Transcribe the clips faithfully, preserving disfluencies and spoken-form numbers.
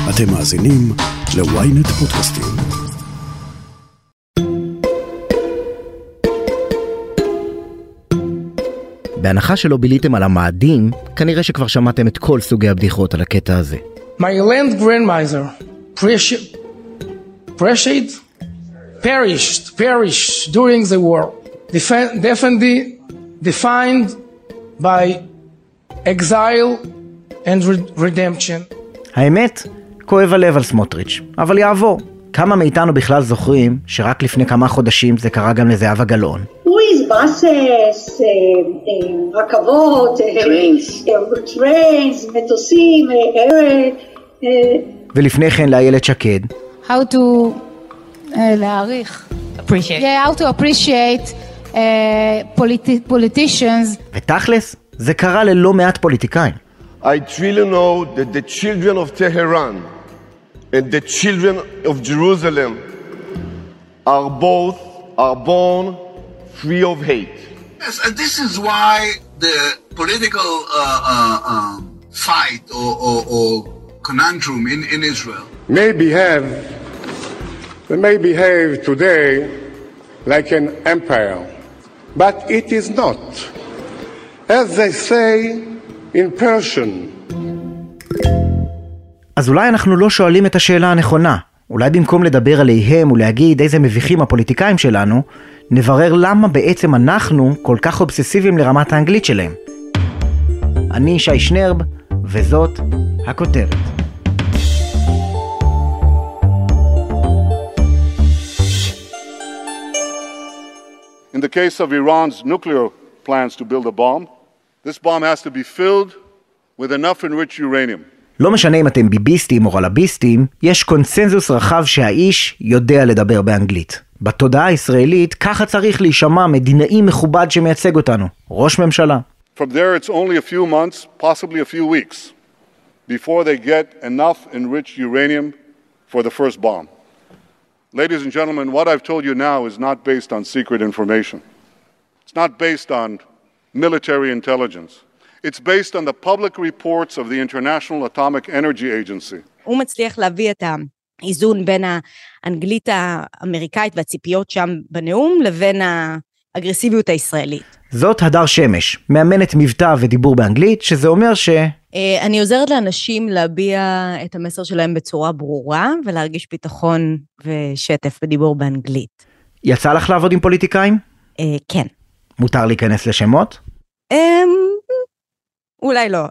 אתם מאזינים ל-ynet פודקאסטים. בהנחה שלא ביליתם על המאדים, כנראה שכבר שמעתם את כל סוגי הבדיחות על הקטע הזה. My land grandmother appreciate, appreciate, perished, perished during the war. Defend, definitely defined by exile and redemption. האמת, כואב הלב על סמוטריץ', אבל יעבור. כמה מאיתנו בכלל זוכרים שרק לפני כמה חודשים זה קרה גם לזהבה גלאון? וויז, בסס, רכבות, טריינס, מטוסים, ולפני כן לאיילת שקד. How to להעריך. Appreciate. Yeah, how to appreciate politicians. ותכלס, זה קרה ללא מעט פוליטיקאים. I truly know that the children of Tehran and the children of Jerusalem are both are born free of hate. Yes, and this is why the political uh, uh, um, fight or, or, or conundrum in, in Israel may behave, they may behave today like an empire, but it is not. As they say in Persian. אז אולי אנחנו לא שואלים את השאלה הנכונה. אולי במקום לדבר עליהם ולהגיד איזה מביכים הפוליטיקאים שלנו, נברר למה בעצם אנחנו כל כך אובססיביים לרמת האנגלית שלהם. אני שי שנרב, וזאת הכותרת. In the case of Iran's nuclear plans to build a bomb, this bomb has to be filled with enough enriched uranium. לא משנה אם אתם ביביסטים או רלביסטים, יש קונסנזוס רחב שהאיש יודע לדבר באנגלית. בתודעה הישראלית, ככה צריך להישמע מדינאי מכובד שמייצג אותנו, ראש ממשלה. From there it's only a few months, possibly a few weeks, before they get enough enriched uranium for the first bomb. Ladies and gentlemen, what I've told you now is not based on secret information. It's not based on military intelligence. It's based on the public reports of the International Atomic Energy Agency. הוא מצליח להביא את האיזון בין האנגלית האמריקאית והציפיות שם בנאום לבין האגרסיביות הישראלית. זאת הדר שמש, מאמנת מבטא ודיבור באנגלית, שזה אומר ש... אני עוזרת לאנשים להביע את המסר שלהם בצורה ברורה, ולהרגיש ביטחון ושטף בדיבור באנגלית. יצא לך לעבוד עם פוליטיקאים? כן. מותר להיכנס לשמות? אולי לא.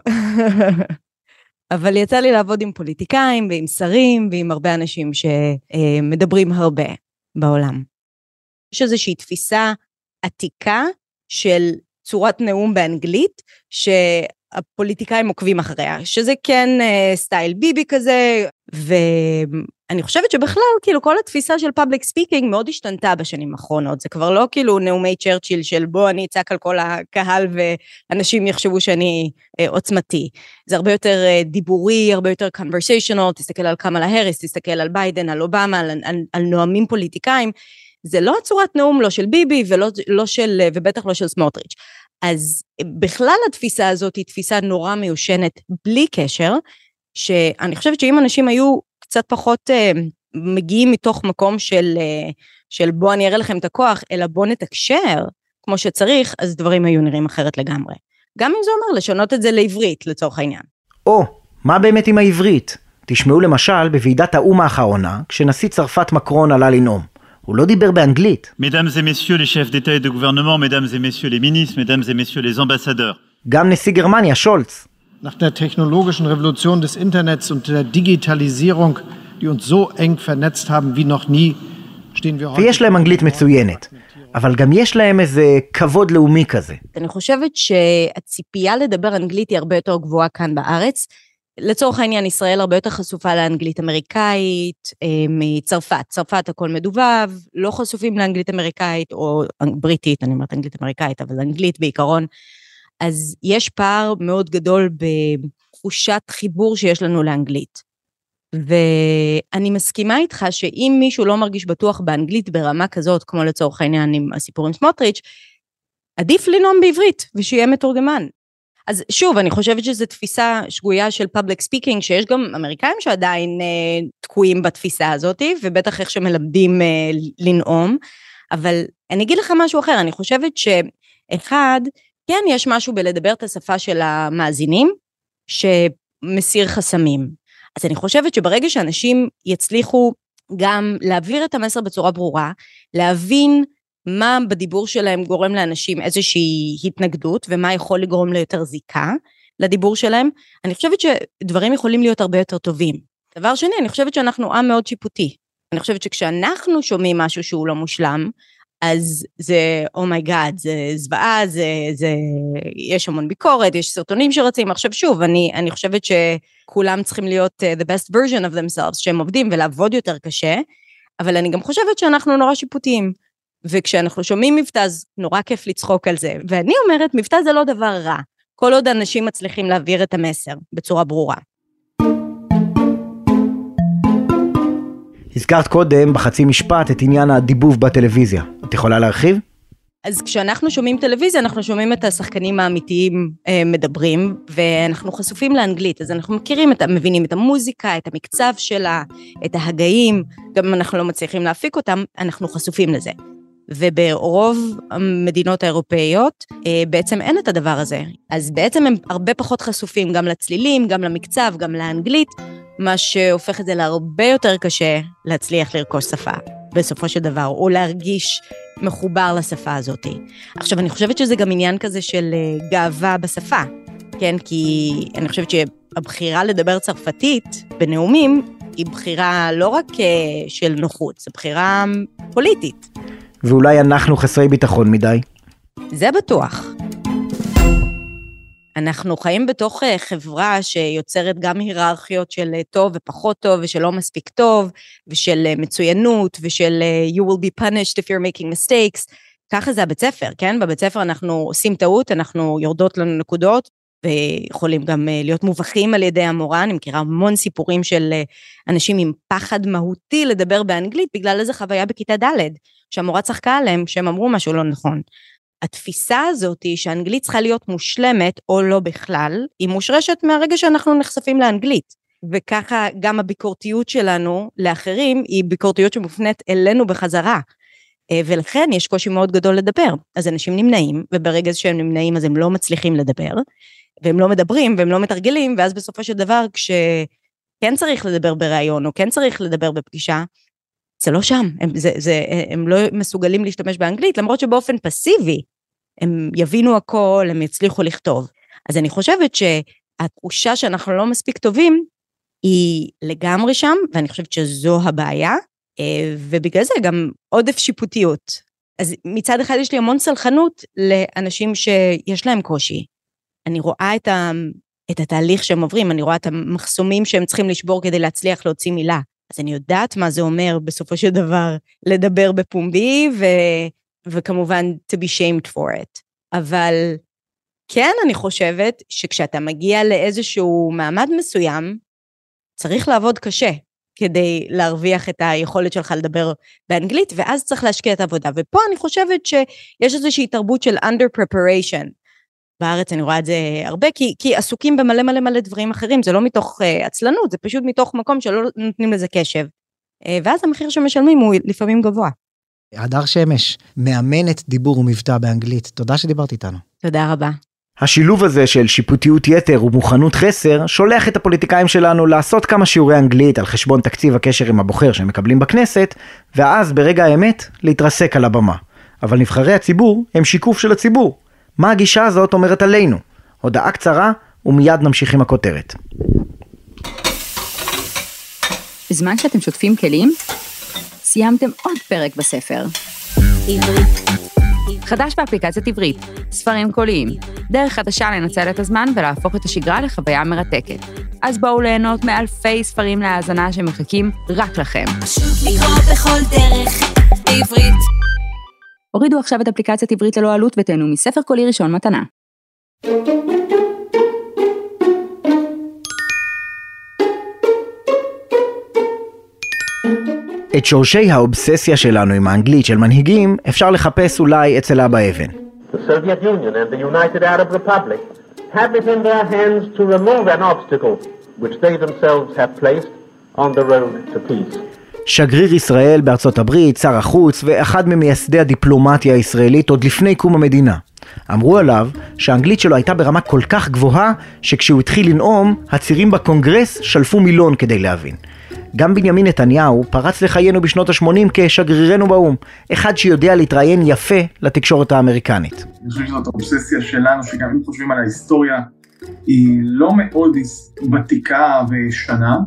אבל יצא לי לעבוד עם פוליטיקאים ועם שרים ועם הרבה אנשים שמדברים הרבה בעולם. יש איזושהי תפיסה עתיקה של צורת נאום באנגלית שהפוליטיקאים עוקבים אחריה, שזה כן סטייל ביבי כזה, ואני חושבת שבכלל כאילו כל התפיסה של פאבליק ספיקינג מאוד השתנתה בשנים האחרונות, זה כבר לא כאילו נאומי צ'רצ'יל של בוא אני אצעק על כל הקהל ואנשים יחשבו שאני עוצמתי, זה הרבה יותר דיבורי, הרבה יותר conversational, תסתכל על קמאלה האריס, תסתכל על ביידן, על אובמה, על, על, על נואמים פוליטיקאים, זה לא צורת נאום לא של ביבי ולא, לא של, ובטח לא של סמוטריץ'. אז בכלל התפיסה הזאת היא תפיסה נורא מיושנת בלי קשר, שאני חושבת שאם אנשים היו קצת פחות uh, מגיעים מתוך מקום של, uh, של בוא אני אראה לכם את הכוח, אלא בוא נתקשר כמו שצריך, אז דברים היו נראים אחרת לגמרי. גם אם זה אומר לשנות את זה לעברית לצורך העניין. או, מה באמת עם העברית? תשמעו למשל בוועידת האו"ם האחרונה, כשנשיא צרפת מקרון עלה לנאום. הוא לא דיבר באנגלית. Mesdames et messieurs les chefs d'État et de gouvernement, mesdames et messieurs les ministres, mesdames et messieurs les ambassadeurs. גם נשיא גרמניה, שולץ. Nach der technologischen Revolution des Internets und der Digitalisierung, die uns so eng vernetzt haben wie noch nie, stehen wir heute... ויש להם אנגלית מצוינת, אבל גם יש להם איזה כבוד לאומי כזה. אני חושבת שהציפייה לדבר אנגלית היא הרבה יותר גבוהה כאן בארץ, לצורך העניין, ישראל הרבה יותר חשופה לאנגלית אמריקאית, מצרפת. צרפת הכל מדובב, לא חשופים לאנגלית אמריקאית, או בריטית, אני אומרת אנגלית אמריקאית, אבל אנגלית בעיקרון. אז יש פער מאוד גדול בתחושת חיבור שיש לנו לאנגלית. ואני מסכימה איתך שאם מישהו לא מרגיש בטוח באנגלית ברמה כזאת, כמו לצורך העניין עם הסיפור עם סמוטריץ', עדיף לנאום בעברית, ושיהיה מתורגמן. אז שוב, אני חושבת שזו תפיסה שגויה של פאבליק ספיקינג, שיש גם אמריקאים שעדיין אה, תקועים בתפיסה הזאת, ובטח איך שמלמדים אה, לנאום, אבל אני אגיד לך משהו אחר, אני חושבת שאחד, כן יש משהו בלדבר את השפה של המאזינים, שמסיר חסמים. אז אני חושבת שברגע שאנשים יצליחו גם להעביר את המסר בצורה ברורה, להבין מה בדיבור שלהם גורם לאנשים איזושהי התנגדות, ומה יכול לגרום ליותר זיקה לדיבור שלהם, אני חושבת שדברים יכולים להיות הרבה יותר טובים. דבר שני, אני חושבת שאנחנו עם מאוד שיפוטי. אני חושבת שכשאנחנו שומעים משהו שהוא לא מושלם, אז זה, אומייגאד, זה זוועה, זה, זה, יש המון ביקורת, יש סרטונים שרצים. עכשיו שוב, אני, אני חושבת שכולם צריכים להיות the best version of themselves, שהם עובדים ולעבוד יותר קשה, אבל אני גם חושבת שאנחנו נורא שיפוטיים. וכשאנחנו שומעים מבטא, אז נורא כיף לצחוק על זה. ואני אומרת, מבטא זה לא דבר רע. כל עוד אנשים מצליחים להעביר את המסר בצורה ברורה. הזכרת קודם בחצי משפט את עניין הדיבוב בטלוויזיה. את יכולה להרחיב? אז כשאנחנו שומעים טלוויזיה, אנחנו שומעים את השחקנים האמיתיים אה, מדברים, ואנחנו חשופים לאנגלית, אז אנחנו מכירים, את, מבינים את המוזיקה, את המקצב שלה, את ההגאים, גם אם אנחנו לא מצליחים להפיק אותם, אנחנו חשופים לזה. וברוב המדינות האירופאיות בעצם אין את הדבר הזה. אז בעצם הם הרבה פחות חשופים גם לצלילים, גם למקצב, גם לאנגלית, מה שהופך את זה להרבה יותר קשה להצליח לרכוש שפה בסופו של דבר, או להרגיש מחובר לשפה הזאת. עכשיו, אני חושבת שזה גם עניין כזה של גאווה בשפה, כן? כי אני חושבת שהבחירה לדבר צרפתית בנאומים, היא בחירה לא רק של נוחות, זו בחירה פוליטית. ואולי אנחנו חסרי ביטחון מדי? זה בטוח. אנחנו חיים בתוך חברה שיוצרת גם היררכיות של טוב ופחות טוב, ושל לא מספיק טוב, ושל מצוינות, ושל you will be punished if you're making mistakes. ככה זה הבית ספר, כן? בבית ספר אנחנו עושים טעות, אנחנו יורדות לנו נקודות, ויכולים גם להיות מובכים על ידי המורה. אני מכירה המון סיפורים של אנשים עם פחד מהותי לדבר באנגלית, בגלל איזו חוויה בכיתה ד' שהמורה צחקה עליהם, שהם אמרו משהו לא נכון. התפיסה הזאת היא שאנגלית צריכה להיות מושלמת, או לא בכלל, היא מושרשת מהרגע שאנחנו נחשפים לאנגלית. וככה גם הביקורתיות שלנו לאחרים, היא ביקורתיות שמופנית אלינו בחזרה. ולכן יש קושי מאוד גדול לדבר. אז אנשים נמנעים, וברגע שהם נמנעים אז הם לא מצליחים לדבר, והם לא מדברים, והם לא מתרגלים, ואז בסופו של דבר, כשכן צריך לדבר ברעיון, או כן צריך לדבר בפגישה, זה לא שם, הם, זה, זה, הם לא מסוגלים להשתמש באנגלית, למרות שבאופן פסיבי, הם יבינו הכל, הם יצליחו לכתוב. אז אני חושבת שהתחושה שאנחנו לא מספיק טובים, היא לגמרי שם, ואני חושבת שזו הבעיה, ובגלל זה גם עודף שיפוטיות. אז מצד אחד יש לי המון סלחנות לאנשים שיש להם קושי. אני רואה את, ה, את התהליך שהם עוברים, אני רואה את המחסומים שהם צריכים לשבור כדי להצליח להוציא מילה. אז אני יודעת מה זה אומר בסופו של דבר לדבר בפומבי, ו, וכמובן to be shamed for it. אבל כן, אני חושבת שכשאתה מגיע לאיזשהו מעמד מסוים, צריך לעבוד קשה, כדי להרוויח את היכולת שלך לדבר באנגלית, ואז צריך להשקיע את העבודה. ופה אני חושבת שיש איזושהי תרבות של under preparation. בארץ אני רואה את זה הרבה, כי, כי עסוקים במלא מלא מלא דברים אחרים, זה לא מתוך uh, עצלנות, זה פשוט מתוך מקום שלא נותנים לזה קשב. Uh, ואז המחיר שמשלמים הוא לפעמים גבוה. הדר שמש, מאמנת דיבור ומבטא באנגלית. תודה שדיברת איתנו. תודה רבה. השילוב הזה של שיפוטיות יתר ומוכנות חסר, שולח את הפוליטיקאים שלנו לעשות כמה שיעורי אנגלית על חשבון תקציב הקשר עם הבוחר שהם מקבלים בכנסת, ואז ברגע האמת להתרסק על הבמה. אבל נבחרי הציבור הם שיקוף של הציבור. מה הגישה הזאת אומרת עלינו? הודעה קצרה ומיד נמשיך עם הכותרת. בזמן שאתם שוטפים כלים, סיימתם עוד פרק בספר. עברית. חדש באפליקציית עברית, ספרים קוליים, דרך חדשה לנצל את הזמן ולהפוך את השגרה לחוויה מרתקת. אז בואו ליהנות מאלפי ספרים להאזנה שמחכים רק לכם. פשוט לקרוא בכל דרך, עברית. הורידו עכשיו את אפליקציית עברית ללא עלות ותהנו מספר קולי ראשון מתנה. את שורשי האובססיה שלנו עם האנגלית של מנהיגים אפשר לחפש אולי אצל אבא אבן. The Soviet Union and the United Arab Republic have it in their hands to remove an obstacle which they themselves have placed on the road to peace. שגריר ישראל בארצות הברית, שר החוץ ואחד ממייסדי הדיפלומטיה הישראלית עוד לפני קום המדינה. אמרו עליו שהאנגלית שלו הייתה ברמה כל כך גבוהה שכשהוא התחיל לנאום, הצירים בקונגרס שלפו מילון כדי להבין. גם בנימין נתניהו פרץ לחיינו בשנות ה-שמונים כשגרירנו באום, אחד שיודע להתראיין יפה לתקשורת האמריקנית. אני חושב שזאת האובססיה שלנו, שגם אם חושבים על ההיסטוריה, היא לא מאוד ותיקה ושנה,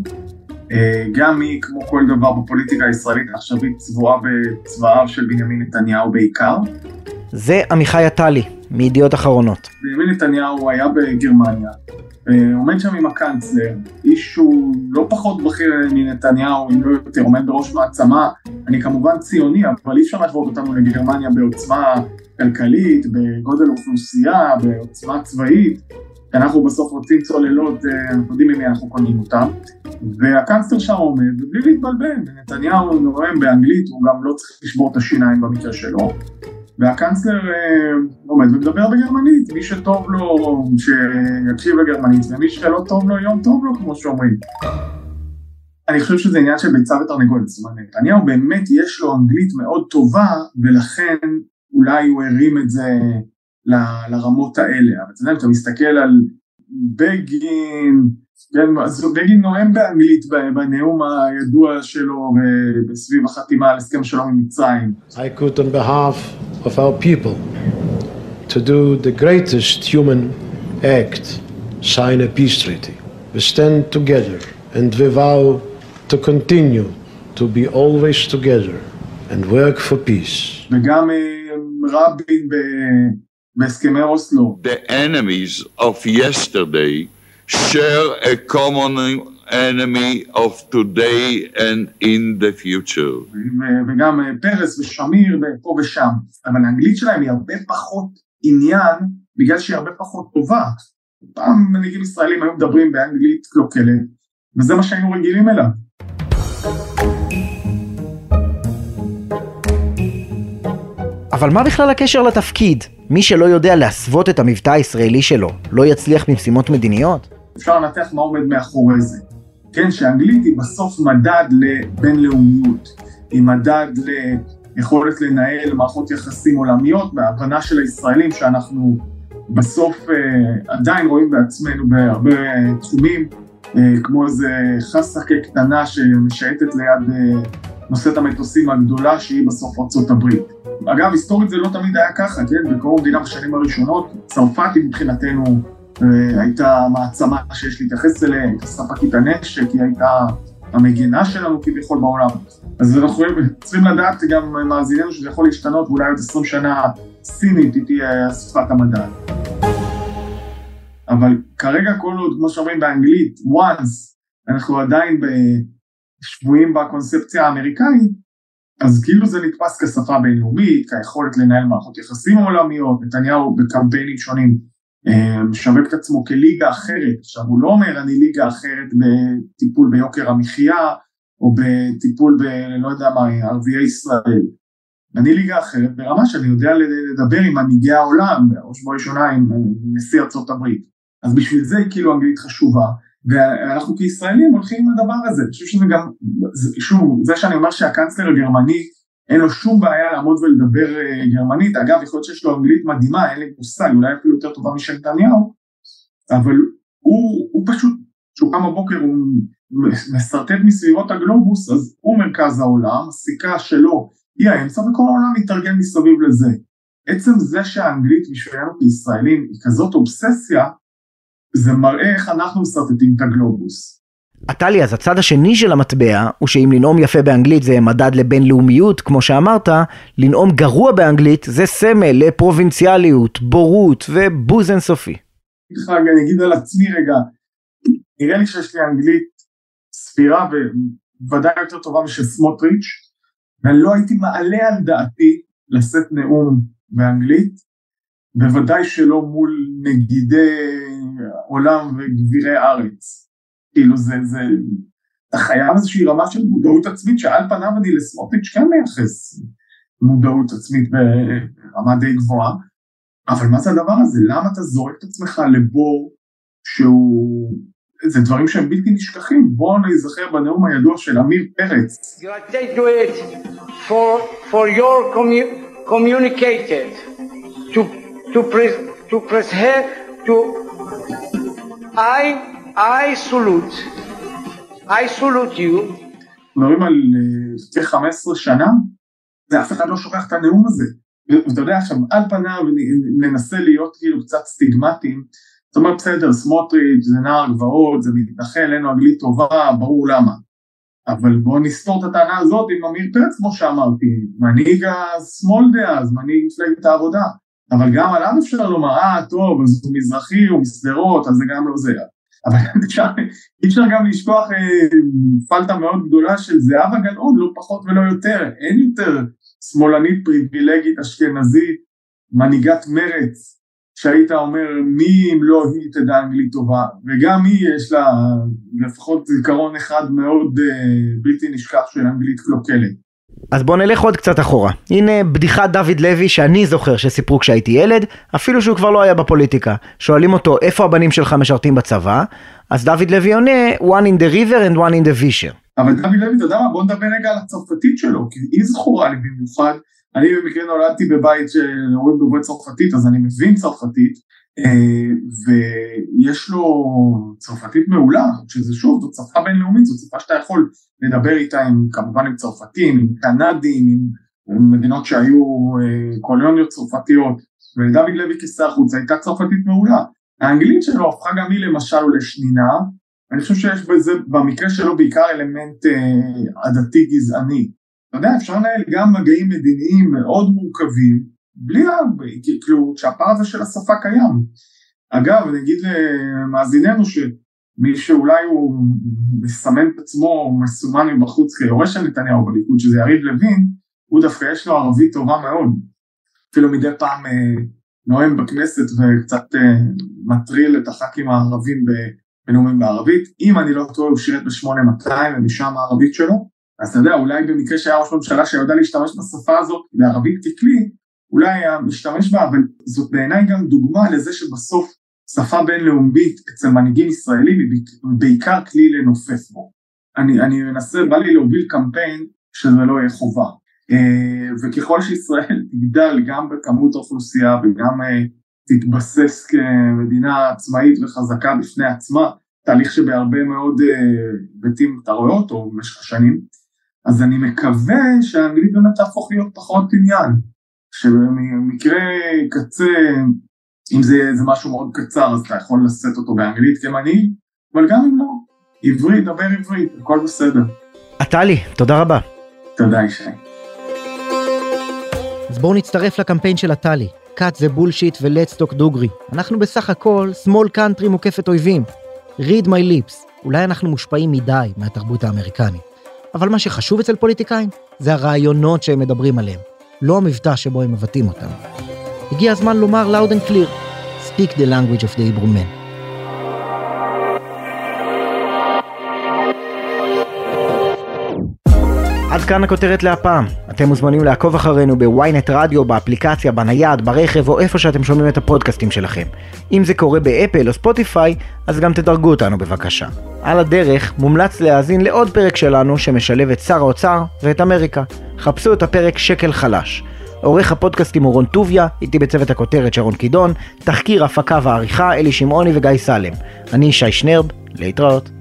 גם היא, כמו כל דבר בפוליטיקה הישראלית, עכשיו היא צבועה בצבאיו של בנימין נתניהו בעיקר. זה עמיחי עטלי, מידיעות אחרונות. בנימין נתניהו היה בגרמניה, עומד שם עם הקנצלר, איש שהוא לא פחות בכיר מנתניהו, אם לא יותר, עומד בראש מעצמה. אני כמובן ציוני, אבל אי אפשר להשוות אותנו לגרמניה בעוצמה כלכלית, בגודל אוכלוסייה, בעוצמה צבאית. אנחנו בסוף רוצים צוללות, אנחנו יודעים ממי אנחנו קונים אותם, והקנצלר שם עומד, ובלי להתבלבל, נתניהו נואם באנגלית, הוא גם לא צריך לשבור את השיניים במקרה שלו, והקנצלר עומד ומדבר בגרמנית, מי שטוב לו שיקשיב לגרמנית, ומי שלא טוב לו יום טוב לו, כמו שאומרים. אני חושב שזה עניין של ביצה ותרנגולת, זאת אומרת, נתניהו באמת יש לו אנגלית מאוד טובה, ולכן אולי הוא הרים את זה ל- לרמות האלה. אבל אתה יודע, אתה מסתכל על בגין, כן, אז בגין נואם באנגלית בנאום הידוע שלו בסביב החתימה על הסכם שלום עם מצרים. I could on behalf of our people to do the greatest human act, sign a peace treaty. We stand together and we vow to continue to be always together and work for peace. וגם רבין בהסכמי אוסלו. The enemies of yesterday share a common enemy of today and in the future. וגם פרס ושמיר ופה ושם. אבל האנגלית שלהם היא הרבה פחות עניין, בגלל שהיא הרבה פחות טובה. פעם מנהיגים ישראלים היו מדברים באנגלית קלוקלת, וזה מה שהיינו רגילים אליו. אבל מה בכלל הקשר לתפקיד? מי שלא יודע להסוות את המבטא הישראלי שלו, לא יצליח במשימות מדיניות? אפשר לנתח מה עומד מאחורי זה. כן, שאנגלית היא בסוף מדד לבינלאומיות, היא מדד ליכולת לנהל מערכות יחסים עולמיות, בהבנה של הישראלים שאנחנו בסוף אה, עדיין רואים בעצמנו בהרבה תחומים, אה, כמו איזה חסקה קטנה שמשייטת ליד אה, נושאת המטוסים הגדולה שהיא בסוף ארצות הברית. אגב, היסטורית זה לא תמיד היה ככה, כן? בקום המדינה בשנים הראשונות, צרפת מבחינתנו אה, הייתה מעצמה שיש להתייחס אליה, הייתה ספקית הנשק, היא הייתה המגנה שלנו כביכול בעולם. אז אנחנו צריכים לדעת גם מאזיננו שזה יכול להשתנות, ואולי עוד עשרים שנה סינית היא תהיה שפת המדע. אבל כרגע כל עוד, כמו שאומרים באנגלית, once, אנחנו עדיין שבויים בקונספציה האמריקאית, אז כאילו זה נתפס כשפה בינלאומית, כיכולת לנהל מערכות יחסים עולמיות. נתניהו בקמפיינים שונים משווק את עצמו כליגה אחרת. עכשיו הוא לא אומר אני ליגה אחרת בטיפול ביוקר המחיה, או בטיפול ב... לא יודע מה, ערביי ישראל. אני ליגה אחרת ברמה שאני יודע לדבר עם מנהיגי העולם, בראש ובראשונה עם נשיא ארצות הברית. אז בשביל זה כאילו אנגלית חשובה, ואנחנו כישראלים הולכים עם הדבר הזה. אני חושב שזה גם, שוב, זה שאני אומר שהקנצלר הגרמני, אין לו שום בעיה לעמוד ולדבר גרמנית. אגב, יכול להיות שיש לו אנגלית מדהימה, אין לי מושג, אולי אפילו יותר טובה משל נתניהו, אבל הוא, הוא פשוט, שהוא קם בבוקר, הוא מסרטט מסביבות הגלובוס, אז הוא מרכז העולם, הסיכה שלו היא האמצע, וכל העולם מתארגן מסביב לזה. עצם זה שהאנגלית בשבילנו כישראלים היא כזאת אובססיה, זה מראה איך אנחנו מסרטטים את הגלובוס. עטלי, אז הצד השני של המטבע הוא שאם לנאום יפה באנגלית זה מדד לבינלאומיות, כמו שאמרת, לנאום גרוע באנגלית זה סמל לפרובינציאליות, בורות ובוז אינסופי. אני אגיד על עצמי רגע, נראה לי שיש לי אנגלית ספירה וודאי יותר טובה משל סמוטריץ', ואני לא הייתי מעלה על דעתי לשאת נאום באנגלית, בוודאי שלא מול נגידי עולם וגבירי ארץ. כאילו זה, זה, אתה חייב איזושהי רמה של מודעות עצמית, שעל פניו אני לסמוטריץ' כן מייחס מודעות עצמית ברמה די גבוהה, אבל מה זה הדבר הזה? למה אתה זורק את עצמך לבור שהוא... זה דברים שהם בלתי נשכחים. בואו נזכר בנאום הידוע של עמיר פרץ. You are take to it for, for your commu- communicated to, to, pre- to press head to I, I salute I salute you. מדברים על כ-חמש עשרה שנה, ואף אחד לא שוכח את הנאום הזה. ואתה יודע, עכשיו, על פניו ננסה להיות כאילו קצת סטיגמטיים, זאת אומרת, בסדר, סמוטריץ' זה נער גבעות, זה מתנחל, אין לו אנגלית טובה, ברור למה. אבל בואו נסתור את הטענה הזאת עם עמיר פרץ, כמו שאמרתי, מנהיג השמאל דאז, מנהיג מפלגת העבודה. אבל גם עליו אפשר לומר, אה, טוב, אז הוא מזרחי, הוא מסדרות, אז זה גם לא זה. אבל אי אפשר גם לשכוח אה, פלטה מאוד גדולה של זהבה גלאון, לא פחות ולא יותר. אין יותר שמאלנית פריבילגית אשכנזית, מנהיגת מרץ, שהיית אומר מי אם לא היא תדע אנגלית טובה, וגם היא יש לה לפחות זיכרון אחד מאוד uh, בלתי נשכח של אנגלית קלוקלת. אז בוא נלך עוד קצת אחורה. הנה בדיחת דוד לוי שאני זוכר שסיפרו כשהייתי ילד, אפילו שהוא כבר לא היה בפוליטיקה. שואלים אותו איפה הבנים שלך משרתים בצבא, אז דוד לוי עונה one in the river and one in the fisher. אבל דוד לוי, אתה יודע מה? בוא נדבר רגע על הצרפתית שלו, כי היא זכורה לי במיוחד. אני במקרה נולדתי בבית שאומרים דוברי צרפתית, אז אני מבין צרפתית, ויש לו צרפתית מעולה, שזה שוב, זו צרפה בינלאומית, זו צרפה שאתה יכול לדבר איתה עם, כמובן עם צרפתים, עם קנדים, עם מדינות שהיו קולוניות צרפתיות, ודוד לוי כשר חוץ הייתה צרפתית מעולה. האנגלית שלו הפכה גם היא למשל לשנינה, אני חושב שיש בזה, במקרה שלו בעיקר אלמנט עדתי גזעני. אתה יודע, אפשר לנהל גם מגעים מדיניים מאוד מורכבים, בלי, כאילו, שהפער הזה של השפה קיים. אגב, אני אגיד למאזיננו שמי שאולי הוא מסמן את עצמו, מסומן מבחוץ כיורש של נתניהו בליכוד, שזה יריב לוין, הוא דווקא יש לו ערבית טובה מאוד. אפילו מדי פעם נואם בכנסת וקצת מטריל את הח"כים הערבים בנאומים בערבית. אם אני לא טועה, הוא שירת ב-שמונה מאתיים ומשם הערבית שלו. אז אתה יודע, אולי במקרה שהיה ראש ממשלה שיודע להשתמש בשפה הזאת בערבית ככלי, אולי היה משתמש בה, אבל זאת בעיניי גם דוגמה לזה שבסוף שפה בינלאומית אצל מנהיגים ישראלים היא בעיקר כלי לנופף בו. אני, אני מנסה, בא לי להוביל קמפיין שזה לא יהיה חובה. וככל שישראל תגדל גם בכמות האוכלוסייה וגם תתבסס כמדינה עצמאית וחזקה בפני עצמה, תהליך שבהרבה מאוד ביתים אתה רואה אותו במשך השנים, אז אני מקווה שהאנגלית באמת תהפוך להיות פחות עניין, שבמקרה קצה, אם זה, זה משהו מאוד קצר, אז אתה יכול לשאת אותו באנגלית כמנהיג, אבל גם אם לא, עברית, דבר עברית, הכל בסדר. עטלי, תודה רבה. תודה ישי. אז בואו נצטרף לקמפיין של עטלי, cut the bullshit ו-let's talk דוגרי. אנחנו בסך הכל small country מוקפת אויבים. read my lips, אולי אנחנו מושפעים מדי מהתרבות האמריקנית. אבל מה שחשוב אצל פוליטיקאים זה הרעיונות שהם מדברים עליהם, לא המבטא שבו הם מבטאים אותם. הגיע הזמן לומר loud and clear, speak the language of the Hebrew man. עד כאן הכותרת להפעם. אתם מוזמנים לעקוב אחרינו בוויינט רדיו, באפליקציה, בנייד, ברכב או איפה שאתם שומעים את הפודקאסטים שלכם. אם זה קורה באפל או ספוטיפיי, אז גם תדרגו אותנו בבקשה. על הדרך מומלץ להאזין לעוד פרק שלנו שמשלב את שר האוצר ואת אמריקה. חפשו את הפרק שקל חלש. עורך הפודקאסטים הוא רון טוביה, איתי בצוות הכותרת שרון קידון, תחקיר, הפקה ועריכה אלי שמעוני וגיא סלם. אני שי שנרב, להתראות.